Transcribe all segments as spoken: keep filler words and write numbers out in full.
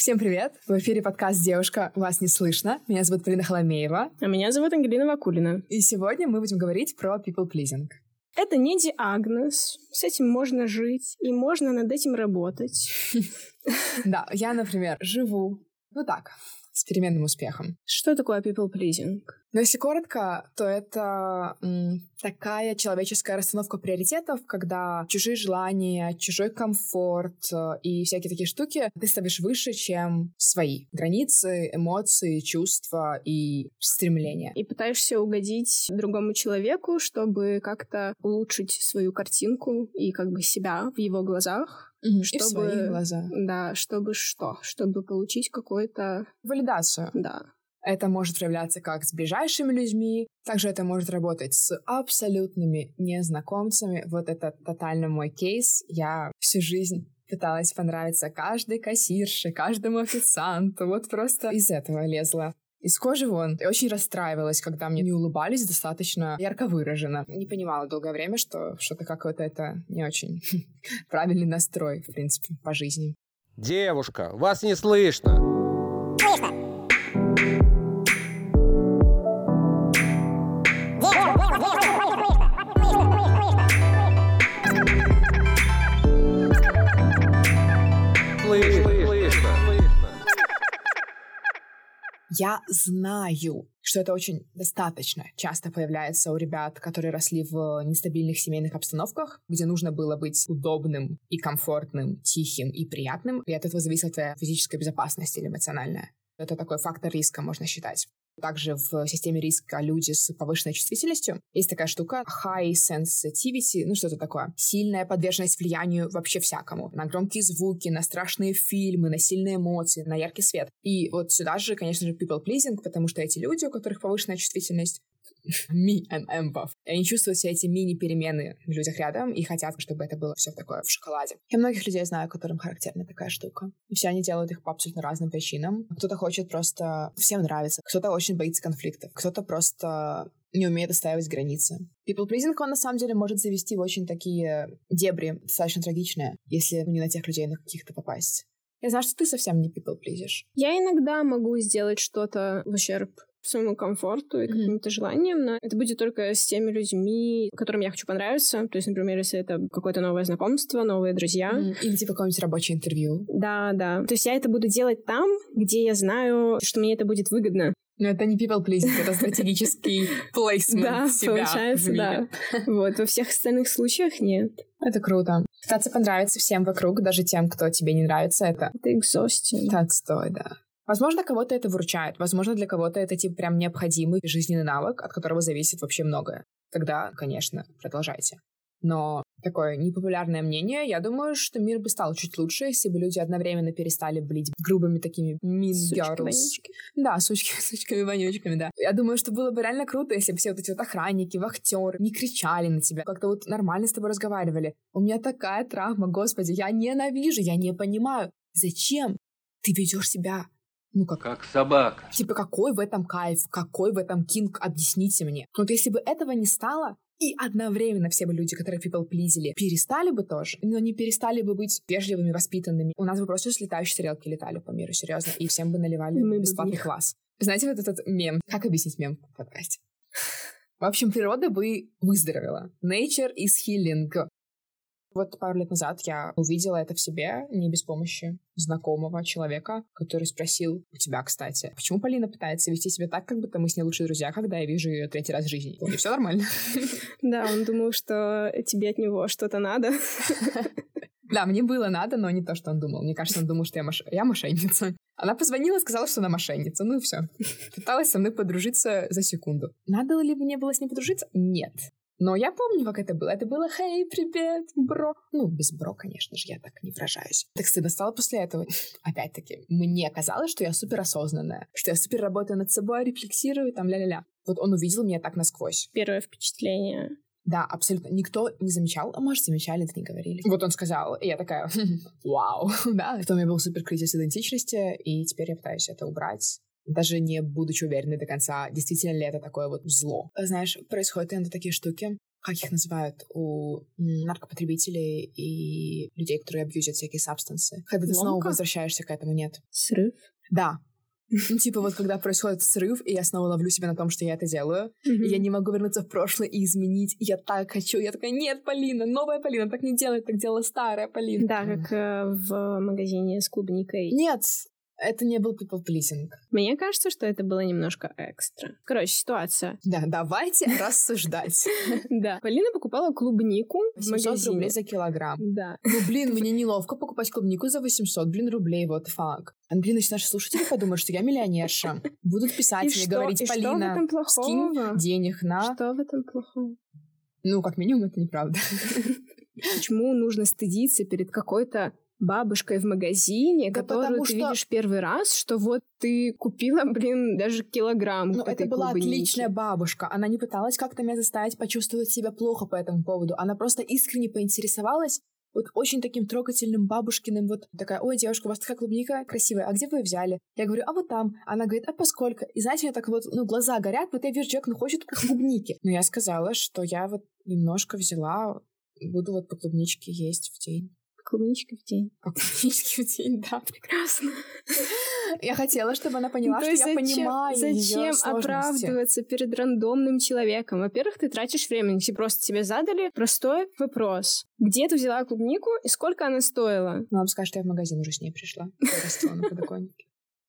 Всем привет! В эфире подкаст «Девушка, вас не слышно». Меня зовут Полина Холомеева. А меня зовут Ангелина Вакулина. И сегодня мы будем говорить про people-pleasing. Это не диагноз. С этим можно жить, и можно над этим работать. Да, я, например, живу, ну так, с переменным успехом. Что такое people-pleasing? Но если коротко, то это м, такая человеческая расстановка приоритетов, когда чужие желания, чужой комфорт э, и всякие такие штуки ты ставишь выше, чем свои границы, эмоции, чувства и стремления. И пытаешься угодить другому человеку, чтобы как-то улучшить свою картинку и как бы себя в его глазах. Mm-hmm. Чтобы, и в своих глазах. Да, чтобы что? Чтобы получить какую-то... валидацию. Да. Это может проявляться как с ближайшими людьми, также это может работать с абсолютными незнакомцами. Вот это тотально мой кейс. Я всю жизнь пыталась понравиться каждой кассирше, каждому официанту. Вот просто из этого лезла. Из кожи вон. Я очень расстраивалась, когда мне не улыбались достаточно ярко выраженно. Не понимала долгое время, что что-то какой-то это не очень правильный настрой, в принципе, по жизни. Девушка, вас не слышно. Слышно. Я знаю, что это очень достаточно часто появляется у ребят, которые росли в нестабильных семейных обстановках, где нужно было быть удобным и комфортным, тихим и приятным, и от этого зависит твоя физическая безопасность или эмоциональная. Это такой фактор риска, можно считать. Также в системе риска люди с повышенной чувствительностью. Есть такая штука high sensitivity, ну что-то такое. Сильная подверженность влиянию вообще всякому. На громкие звуки, на страшные фильмы, на сильные эмоции, на яркий свет. И вот сюда же, конечно же, people pleasing, потому что эти люди, у которых повышенная чувствительность, me and empath, они чувствуют все эти мини-перемены в людях рядом и хотят, чтобы это было все такое в шоколаде. Я многих людей знаю, которым характерна такая штука. И все они делают их по абсолютно разным причинам. Кто-то хочет просто... Всем нравится. Кто-то очень боится конфликтов. Кто-то просто не умеет отстаивать границы. People-pleasing, он на самом деле может завести в очень такие дебри, достаточно трагичные, если не на тех людей на каких-то попасть. Я знаю, что ты совсем не people-pleasишь. Я иногда могу сделать что-то в ущерб своему комфорту и каким-то mm-hmm. желаниям, но это будет только с теми людьми, которым я хочу понравиться. То есть, например, если это какое-то новое знакомство, новые друзья. Mm-hmm. Или типа какое-нибудь рабочее интервью. Да, да. То есть я это буду делать там, где я знаю, что мне это будет выгодно. Но это не people-pleasing, это стратегический плейсмент себя. Да, получается, да. Вот, во всех остальных случаях нет. Это круто. Пытаться понравиться всем вокруг, даже тем, кто тебе не нравится, это... Это exhausting. Это отстой, да. Возможно, кого-то это выручает. Возможно, для кого-то это типа прям необходимый жизненный навык, от которого зависит вообще многое. Тогда, конечно, продолжайте. Но такое непопулярное мнение, я думаю, что мир бы стал чуть лучше, если бы люди одновременно перестали быть грубыми такими mean girls. Да, сучки, сучками-вонючками, да. Я думаю, что было бы реально круто, если бы все вот эти вот охранники, вахтеры не кричали на тебя, как-то вот нормально с тобой разговаривали. У меня такая травма, господи, я ненавижу, я не понимаю, зачем ты ведешь себя ну как... Как собака. Типа, какой в этом кайф, какой в этом кинг, объясните мне. Вот если бы этого не стало, и одновременно все бы люди, которые people-плизили, перестали бы тоже, но не перестали бы быть вежливыми, воспитанными, у нас бы просто летающие тарелки летали по миру, серьезно, и всем бы наливали Мы бесплатный класс. Знаете, вот этот мем? Как объяснить мем в подкасте? В общем, природа бы выздоровела. Nature is healing. Вот пару лет назад я увидела это в себе не без помощи знакомого человека, который спросил у тебя, кстати, почему Полина пытается вести себя так, как будто мы с ней лучшие друзья, когда я вижу ее третий раз в жизни. И все нормально. Да, он думал, что тебе от него что-то надо. Да, мне было надо, но не то, что он думал. Мне кажется, он думал, что я, мош... я мошенница. Она позвонила и сказала, что она мошенница. Ну и все. Пыталась со мной подружиться за секунду. Надо ли мне было с ней подружиться? Нет. Но я помню, как это было. Это было «Хей, привет, бро». Ну, без бро, конечно же, я так не выражаюсь. Так стыдно стало после этого. Опять-таки, мне казалось, что я суперосознанная, что я супер работаю над собой, рефлексирую, там, ля-ля-ля. Вот он увидел меня так насквозь. Первое впечатление. Да, абсолютно. Никто не замечал, а может, замечали, это не говорили. Вот он сказал, и я такая, вау, да. Потом у меня был супер кризис идентичности, и теперь я пытаюсь это убрать. Даже не будучи уверенной до конца, действительно ли это такое вот зло. Знаешь, происходят иногда такие штуки, как их называют, у наркопотребителей и людей, которые абьюзят всякие сабстансы. Когда ты Ломка? снова возвращаешься к этому, нет. Срыв? Да. Ну, типа вот когда происходит срыв, и я снова ловлю себя на том, что я это делаю, Мгм. и я не могу вернуться в прошлое и изменить, и я так хочу, я такая, нет, Полина, новая Полина, так не делай, так делала старая Полина. Да, как э, в магазине с клубникой. Нет, это не был people pleasing. Мне кажется, что это было немножко экстра. Короче, ситуация. Да, давайте рассуждать. Да. Полина покупала клубнику в восемьсот магазине. рублей за килограмм. Да. Ну, блин, мне неловко покупать клубнику за восемьсот, блин, рублей, what the fuck. А, блин, значит, наши слушатели подумают, что я миллионерша. Будут писать И мне, что- говорить, и что в Полина, этом плохого? скинь денег на... Что в этом плохого? Ну, как минимум, это неправда. Почему нужно стыдиться перед какой-то бабушкой в магазине, Да которую потому ты что- видишь первый раз, что вот ты купила, блин, даже килограмм Ну, этой это была клубники. отличная бабушка. Она не пыталась как-то меня заставить почувствовать себя плохо по этому поводу. Она просто искренне поинтересовалась вот очень таким трогательным бабушкиным, вот такая, ой, девушка, у вас такая клубника красивая, а где вы ее взяли? Я говорю, а вот там. Она говорит, а поскольку? И знаете, у меня так вот, ну, глаза горят, вот я вижу, человек, ну, хочет клубники. Но я сказала, что я вот немножко взяла, буду вот по клубничке есть в день. Клубничка в день. По клубничке в день, да. Прекрасно. Я хотела, чтобы она поняла, Ну, то что есть я зачем, понимаю её зачем сложности. оправдываться перед рандомным человеком? Во-первых, ты тратишь время. Если просто тебе задали простой вопрос. Где ты взяла клубнику и сколько она стоила? Ну, вам скажет, что я в магазин уже с ней пришла. Я растила на подоконнике.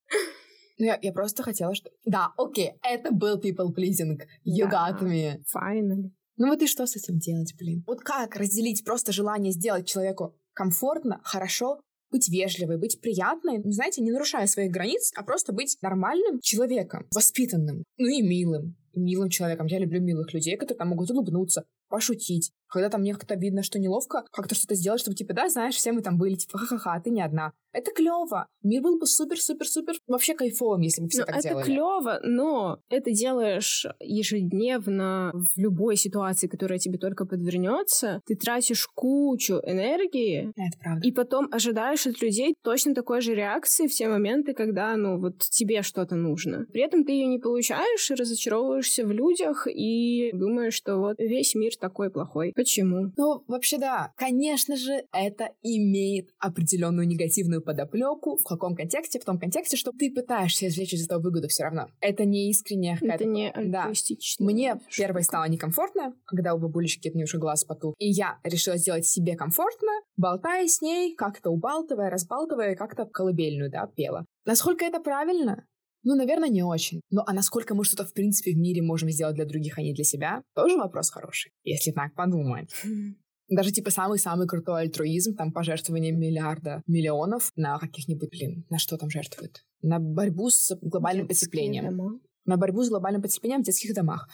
Ну, я, я просто хотела, что... Да, окей, это был people pleasing. You Да. got me. Finally. Ну вот и что с этим делать, блин? Вот как разделить просто желание сделать человеку комфортно, хорошо, быть вежливой, быть приятной, ну, знаете, не нарушая своих границ, а просто быть нормальным человеком, воспитанным, ну и милым. Милым человеком. Я люблю милых людей, которые там могут улыбнуться, пошутить. Когда там мне как-то видно, что неловко, как-то что-то сделать, чтобы, типа, да, знаешь, все мы там были, типа, ха-ха-ха, ты не одна. Это клево. Мир был бы супер-супер-супер вообще кайфовым, если бы все Ну, так это делали. клево, но это делаешь ежедневно в любой ситуации, которая тебе только подвернется. Ты тратишь кучу энергии, Это правда. и потом ожидаешь от людей точно такой же реакции в те моменты, когда, ну, вот тебе что-то нужно. При этом ты ее не получаешь и разочаровываешься в людях и думаешь, что вот весь мир такой плохой. Почему? Ну, вообще, да. Конечно же, это имеет определенную негативную подоплеку. В каком контексте? В том контексте, что ты пытаешься извлечь из этого выгоду все равно. Это не искренняя какая-то... Это не Да. альтруистично. Мне первой стало некомфортно, когда у бабулечки от нее уже глаз потух. И я решила сделать себе комфортно, болтая с ней, как-то убалтывая, разбалтывая, как-то колыбельную, да, пела. Насколько это правильно? Ну, наверное, не очень. Ну, а насколько мы что-то, в принципе, в мире можем сделать для других, а не для себя, тоже вопрос хороший, если так подумать. Даже, типа, самый-самый крутой альтруизм, там, пожертвование миллиарда, миллионов на каких-нибудь, блин, на что там жертвуют? На борьбу с глобальным Детские потеплением. дома. На борьбу с глобальным потеплением в детских домах.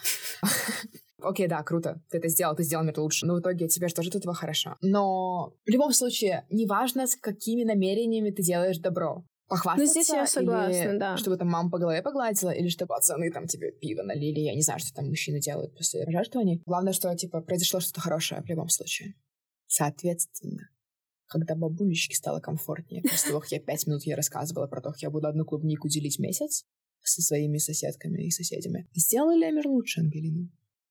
Окей, да, круто, ты это сделал, ты сделал мир лучше, но в итоге тебе же тоже от этого хорошо. Но в любом случае, неважно, с какими намерениями ты делаешь добро. Похвастаться, Ну, здесь я согласна, или да. чтобы там мама по голове погладила, или чтобы пацаны там тебе пиво налили, я не знаю, что там мужчины делают после жертвований. Главное, что, типа, произошло что-то хорошее в любом случае. Соответственно, когда бабулечке стало комфортнее, после того, как я пять минут ей рассказывала про то, как я буду одну клубнику делить в месяц со своими соседками и соседями, сделала ли я мир лучше, Ангелина?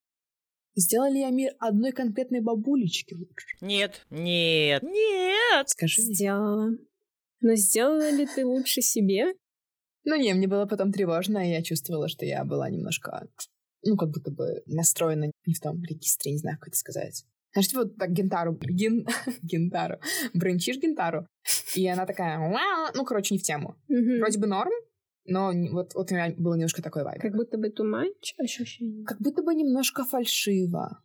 Сделала ли я мир одной конкретной бабулечки лучше? Нет, нет, нет. Скажи мне. Сделала. Но сделала ли ты лучше себе? Ну не, мне было потом тревожно, и я чувствовала, что я была немножко, ну, как будто бы настроена не в том регистре, не знаю, как это сказать. Знаешь, типа вот так Гентару, ген, Гентару, бренчишь Гентару, и она такая, «Уау!» Ну, короче, не в тему. Мгм. Вроде бы норм, но не- вот, вот у меня было немножко такой вайб. Как будто бы too much ощущение. Как будто бы немножко фальшиво.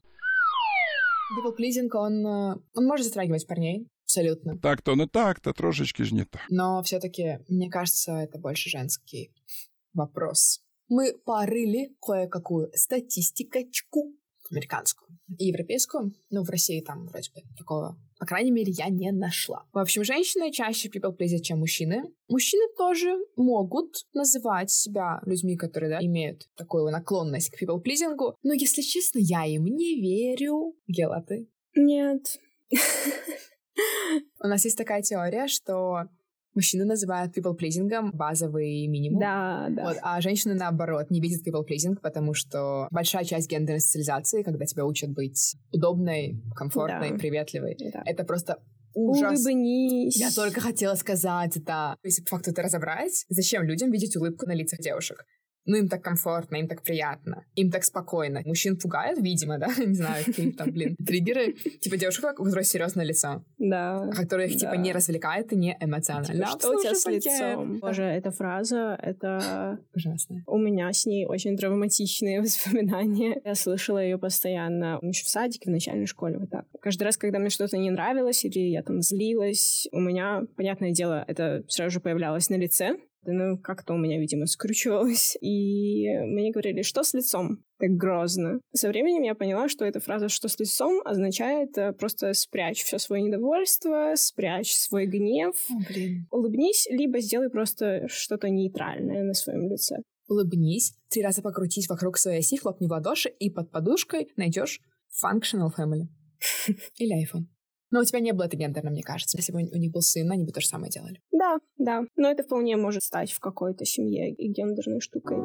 People pleasing, он, э, он может затрагивать парней, абсолютно. Так-то не так-то, трошечки ж не так. Но все-таки, мне кажется, это больше женский вопрос. Мы порыли кое-какую статистикочку американскую и европейскую. Ну, в России там вроде бы такого, по крайней мере, я не нашла. В общем, женщины чаще people pleasят, чем мужчины. Мужчины тоже могут называть себя людьми, которые, да, имеют такую наклонность к people pleasing. Но, если честно, я им не верю. Гела, ты? Нет. У нас есть такая теория, что Мужчины называют people-pleasing базовый минимум. Да, да. Вот, а женщины, наоборот, не видят people-pleasing, потому что большая часть гендерной социализации, когда тебя учат быть удобной, комфортной, Да. приветливой, Да. это просто ужас. Улыбнись. Я только хотела сказать, да. Если по факту это разобрать, зачем людям видеть улыбку на лицах девушек? Ну, им так комфортно, им так приятно, им так спокойно. Мужчин пугают, видимо, да? Не знаю, какие-то там, блин, триггеры. Типа девушка, у которой серьезное лицо, Да. которое их, да. типа, не развлекает и не эмоционально. Типа, что у тебя с Обслуживание. лицом? Боже, эта фраза, это... Ужасно. У меня с ней очень травматичные воспоминания. Я слышала ее постоянно еще в садике, в начальной школе, вот так. Каждый раз, когда мне что-то не нравилось или я там злилась, у меня, понятное дело, это сразу же появлялось на лице. Да, ну, как-то у меня, видимо, скручивалось. И мне говорили, что с лицом? Так грозно. Со временем я поняла, что эта фраза «что с лицом» означает э, просто спрячь все свое недовольство, спрячь свой гнев, О, блин. улыбнись, либо сделай просто что-то нейтральное на своем лице. Улыбнись, три раза покрутись вокруг своей оси, хлопни в ладоши, и под подушкой найдешь Functional Family. Или iPhone. Но у тебя не было это гендерно, мне кажется. Если бы у них был сын, они бы то же самое делали. Да, да. Но это вполне может стать в какой-то семье и гендерной штукой.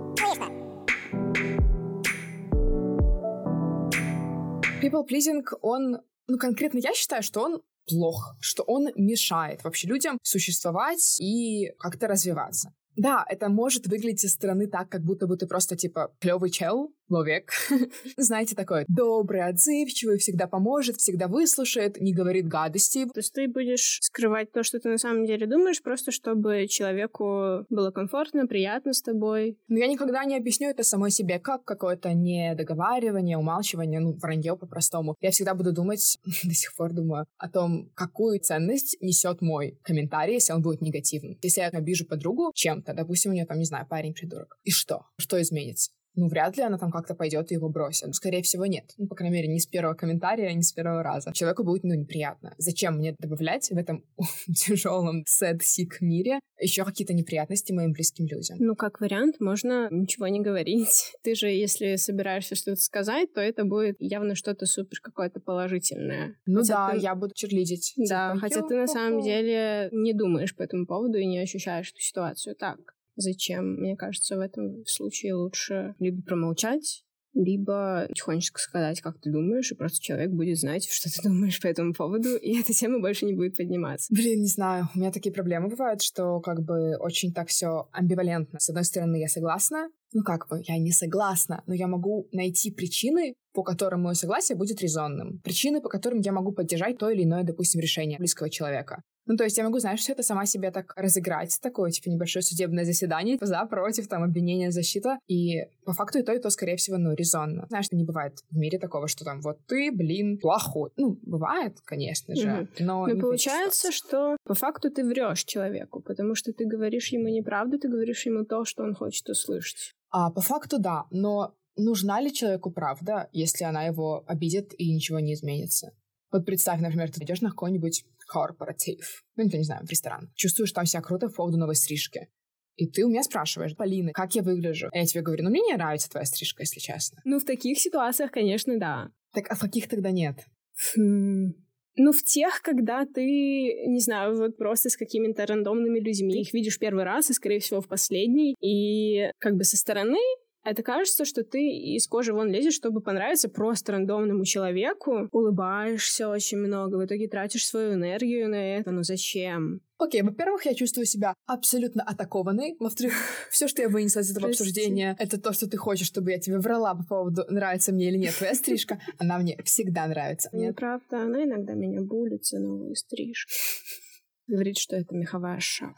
People-pleasing, он... Ну, конкретно я считаю, что он плох, что он мешает вообще людям существовать и как-то развиваться. Да, это может выглядеть со стороны так, как будто бы ты просто, типа, клёвый чел, человек. Знаете, такой добрый, отзывчивый, всегда поможет, всегда выслушает, не говорит гадости. То есть ты будешь скрывать то, что ты на самом деле думаешь, просто чтобы человеку было комфортно, приятно с тобой. Но я никогда не объясню это самой себе как какое-то недоговаривание, умалчивание, ну, вранье по-простому. Я всегда буду думать, до сих пор думаю, о том, какую ценность несет мой комментарий, если он будет негативным. Если я обижу подругу чем-то, допустим, у нее там, не знаю, парень-придурок. И что? Что изменится? Ну, вряд ли она там как-то пойдет и его бросит. Ну, скорее всего, нет. Ну, по крайней мере, не с первого комментария, не с первого раза. Человеку будет, ну, неприятно. Зачем мне добавлять в этом тяжелом sad-sick мире еще какие-то неприятности моим близким людям? Ну, как вариант, можно ничего не говорить. Ты же, если собираешься что-то сказать, то это будет явно что-то супер какое-то положительное. Ну хотя да, ты... я буду черлидить. Да, типа, хотя ты на самом йо-хо-хо. деле не думаешь по этому поводу и не ощущаешь эту ситуацию так. Зачем? Мне кажется, в этом случае лучше либо промолчать, либо тихонечко сказать, как ты думаешь, и просто человек будет знать, что ты думаешь по этому поводу, и эта тема больше не будет подниматься. Блин, не знаю, у меня такие проблемы бывают, что как бы очень так все амбивалентно. С одной стороны, я согласна, ну как бы, я не согласна, но я могу найти причины, по которым мое согласие будет резонным. Причины, по которым я могу поддержать то или иное, допустим, решение близкого человека. Ну, то есть я могу, знаешь, все это сама себе так разыграть, такое, типа, небольшое судебное заседание, за, против, там, обвинение, защита, и по факту и то, и то, скорее всего, ну, резонно. Знаешь, не бывает в мире такого, что там, вот ты, блин, плохой. Ну, бывает, конечно же, Мгм. но... Но не получается, весь что по факту ты врешь человеку, потому что ты говоришь ему неправду, ты говоришь ему то, что он хочет услышать. А, по факту, да, но нужна ли человеку правда, если она его обидит и ничего не изменится? Вот представь, например, ты идешь на какой-нибудь корпоратив, ну, я не знаю, в ресторан, чувствуешь там себя круто по поводу новой стрижки. И ты у меня спрашиваешь, Полина, как я выгляжу? А я тебе говорю, ну, мне не нравится твоя стрижка, если честно. Ну, в таких ситуациях, конечно, да. Так, а в каких тогда нет? Хм. Ну, в тех, когда ты, не знаю, вот просто с какими-то рандомными людьми их видишь первый раз, и, скорее всего, в последний, и как бы со стороны это кажется, что ты из кожи вон лезешь, чтобы понравиться просто рандомному человеку, улыбаешься очень много, в итоге тратишь свою энергию на это, ну зачем? Окей, во-первых, я чувствую себя абсолютно атакованной. Во-вторых, все, что я вынесла из этого Прости. обсуждения, это то, что ты хочешь, чтобы я тебе врала по поводу, нравится мне или нет твоя стрижка. Она мне всегда нравится. Нет? Неправда, она иногда меня булит за новую стрижку. Говорит, что это меховая шапка.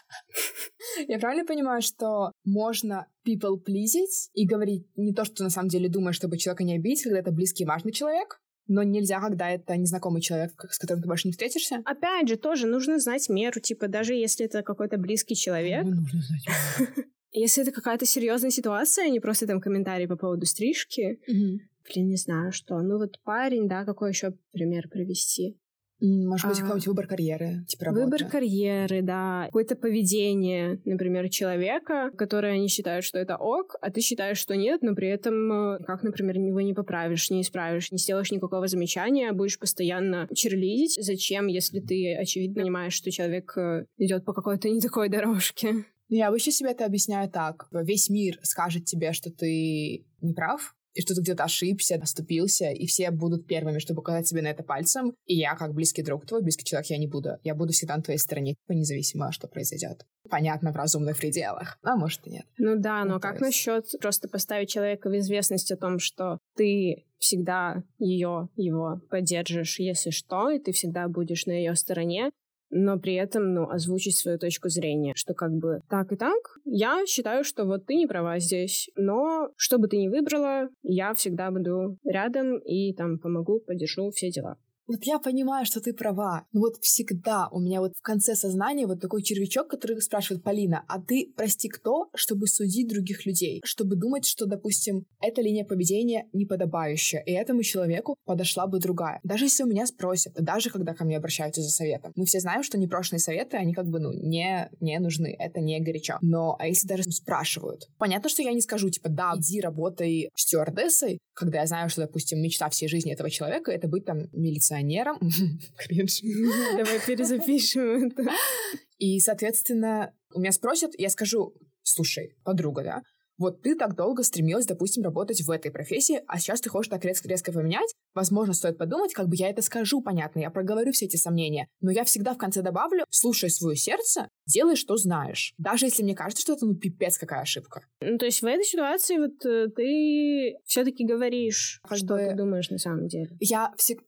Я правильно понимаю, что можно people-pleasить и говорить не то, что ты на самом деле думаешь, чтобы человека не обидеть, когда это близкий и важный человек, но нельзя, когда это незнакомый человек, с которым ты больше не встретишься? Опять же, тоже нужно знать меру, типа, даже если это какой-то близкий человек. Ну, нужно знать. Если это какая-то серьезная ситуация, а не просто там комментарий по поводу стрижки, блин, не знаю что. Ну вот парень, да, какой еще пример привести? Может быть, А, какой-нибудь выбор карьеры, типа работы. Выбор карьеры, да. Какое-то поведение, например, человека, которое они считают, что это ок, а ты считаешь, что нет, но при этом, э, как, например, его не поправишь, не исправишь, не сделаешь никакого замечания, а будешь постоянно черлидить. Зачем, если ты, очевидно, понимаешь, что человек э, идет по какой-то не такой дорожке? Я обычно себе это объясняю так. Весь мир скажет тебе, что ты не прав, и что ты где-то ошибся, оступился, и все будут первыми, чтобы указать себе на это пальцем. И я, как близкий друг твой, близкий человек, я не буду. Я буду всегда на твоей стороне, независимо, что произойдет. Понятно, в разумных пределах, а может и нет. Ну да, но Ну, как есть... насчет просто поставить человека в известность о том, что ты всегда ее, его поддержишь, если что, и ты всегда будешь на ее стороне, но при этом, ну, озвучить свою точку зрения, что как бы так и так, я считаю, что вот ты не права здесь, но что бы ты ни выбрала, я всегда буду рядом и там помогу, поддержу, все дела. Вот я понимаю, что ты права, но вот всегда у меня вот в конце сознания вот такой червячок, который спрашивает: Полина, а ты, прости, кто, чтобы судить других людей? Чтобы думать, что, допустим, эта линия поведения неподобающая, и этому человеку подошла бы другая. Даже если у меня спросят, даже когда ко мне обращаются за советом. Мы все знаем, что непрошенные советы, они как бы, ну, не, не нужны, это не горячо. Но, а если даже спрашивают? Понятно, что я не скажу, типа, да, иди работай стюардессой, когда я знаю, что, допустим, мечта всей жизни этого человека — это быть там милиционером. Кринж. Давай перезапишем это. И, соответственно, у меня спросят, я скажу: слушай, подруга, да, вот ты так долго стремилась, допустим, работать в этой профессии, а сейчас ты хочешь так резко-резко поменять. Возможно, стоит подумать, как бы я это скажу, понятно, я проговорю все эти сомнения. Но я всегда в конце добавлю: слушай свое сердце, делай, что знаешь. Даже если мне кажется, что это, ну, пипец какая ошибка. Ну, то есть в этой ситуации вот э, ты все-таки говоришь, Как что бы... ты думаешь на самом деле. Я, всег...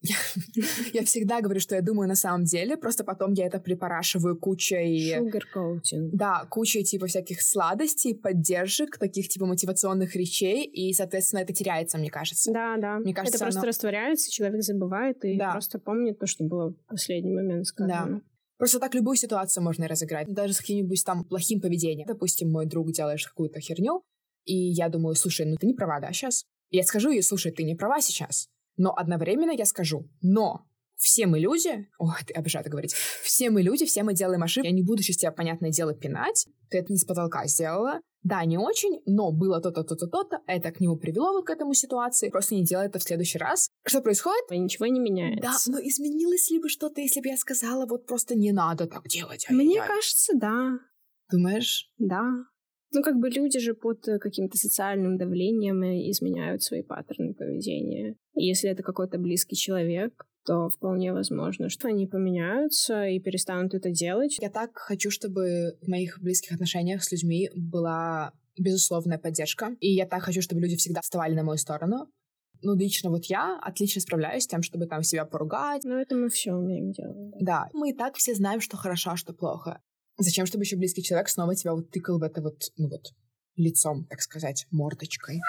я всегда говорю, что я думаю на самом деле, просто потом я это припорашиваю кучей... Sugarcoating. Да, кучей типа всяких сладостей, поддержек, таких типа мотивационных речей, и, соответственно, это теряется, мне кажется. Да, да. Мне кажется, это просто оно... растворяется, человек забывает и да. просто помнит то, что было в последний момент сказано. Да. Просто так любую ситуацию можно разыграть. Даже с каким-нибудь там плохим поведением. Допустим, мой друг делаешь какую-то херню, и я думаю: слушай, ну ты не права, да, сейчас? И я скажу ей: слушай, ты не права сейчас. Но одновременно я скажу: но все мы люди... Ой, ты обожаю это говорить. Все мы люди, все мы делаем ошибки. Я не буду сейчас тебя, понятное дело, пинать. Ты это не с потолка сделала. Да, не очень, но было то-то, то-то, то-то. Это к нему привело вот к этому ситуации. Просто не делай это в следующий раз. Что происходит? И ничего не меняется. Да, но изменилось ли бы что-то, если бы я сказала: вот просто не надо так делать? Мне Ай-яй-яй. кажется, да. Думаешь? Да. Ну, как бы люди же под каким-то социальным давлением изменяют свои паттерны поведения. И если это какой-то близкий человек, то вполне возможно, что они поменяются и перестанут это делать. Я так хочу, чтобы в моих близких отношениях с людьми была безусловная поддержка. И я так хочу, чтобы люди всегда вставали на мою сторону. Ну, лично вот я отлично справляюсь с тем, чтобы там себя поругать. Ну, это мы все умеем делать. Да. Мы и так все знаем, что хорошо, а что плохо. Зачем, чтобы еще близкий человек снова тебя вот тыкал в это вот, ну вот, лицом, так сказать, мордочкой?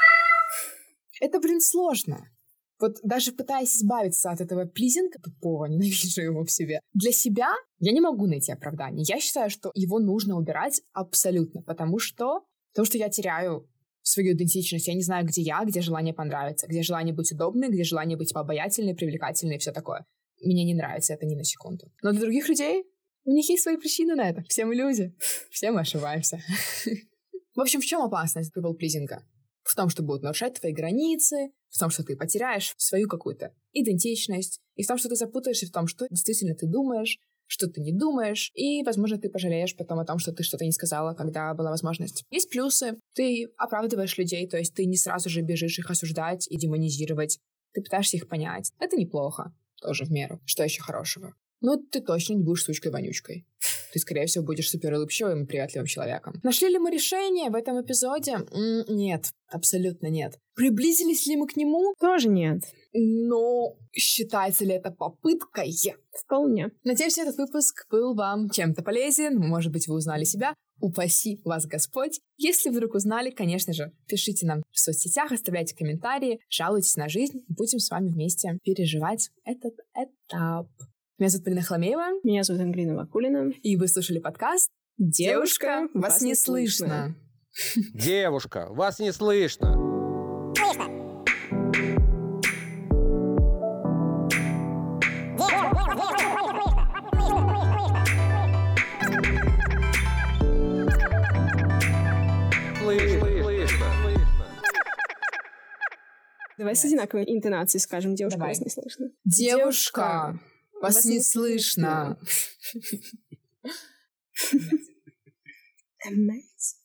Это, блин, сложно. Вот даже пытаясь избавиться от этого плизинга тупого, ненавижу его в себе, для себя я не могу найти оправдание. Я считаю, что его нужно убирать абсолютно, потому что, потому что я теряю свою идентичность. Я не знаю, где я, где желание понравиться, где желание быть удобной, где желание быть обаятельной, привлекательной и все такое. Мне не нравится это ни на секунду. Но для других людей у них есть свои причины на это. Все мы люди. Все мы ошибаемся. В общем, в чем опасность people-плизинга? В том, что будут нарушать твои границы, в том, что ты потеряешь свою какую-то идентичность, и в том, что ты запутаешься в том, что действительно ты думаешь, что ты не думаешь, и, возможно, ты пожалеешь потом о том, что ты что-то не сказала, когда была возможность. Есть плюсы. Ты оправдываешь людей, то есть ты не сразу же бежишь их осуждать и демонизировать. Ты пытаешься их понять. Это неплохо. Тоже в меру. Что еще хорошего? Ну, ты точно не будешь сучкой-вонючкой. Ты, скорее всего, будешь суперулыбчивым и приветливым человеком. Нашли ли мы решение в этом эпизоде? М- нет, абсолютно нет. Приблизились ли мы к нему? Тоже нет. Но считается ли это попыткой? Вполне. Надеюсь, этот выпуск был вам чем-то полезен. Может быть, вы узнали себя. Упаси вас Господь. Если вдруг узнали, конечно же, пишите нам в соцсетях, оставляйте комментарии, жалуйтесь на жизнь. Будем с вами вместе переживать этот этап. Меня зовут Полина Хламеева. Меня зовут Ангелина Вакулина. И вы слушали подкаст «Девушка, вас не слышно». Девушка, вас не слышно. Слышно. Давай с одинаковой интонацией скажем. Девушка, Давай. вас не слышно. Девушка, вас не слышно. Amazing.